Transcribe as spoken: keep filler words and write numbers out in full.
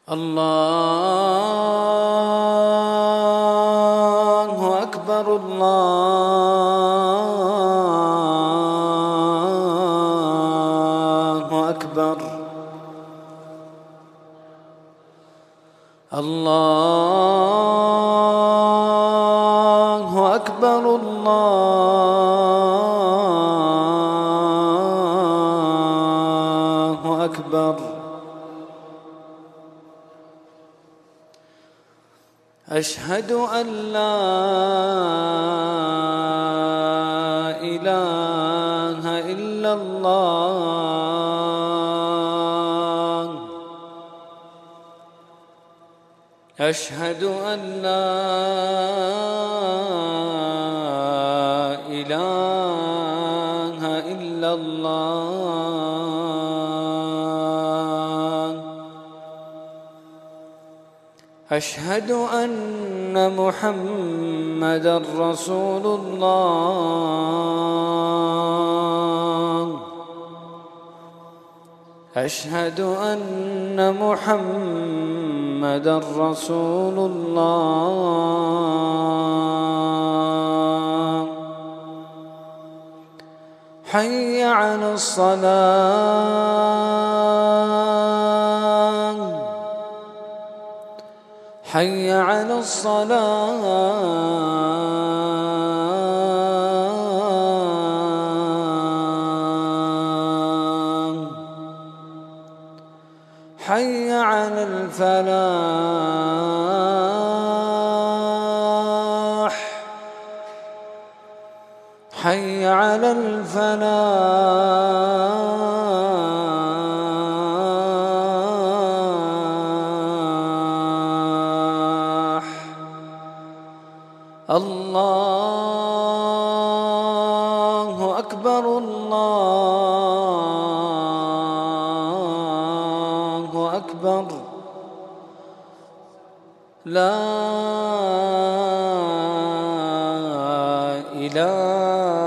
الله أكبر الله أكبر الله أكبر الله أكبر. أشهد أن لا إله إلا الله. أشهد أن لا إله إلا الله. أشهد أن محمدًا رسول الله. أشهد أن محمدًا رسول الله. حي على الصلاة. حي على الصلاة. حي على الفلاح. حي على الفلاح. الله أكبر الله أكبر. لا إله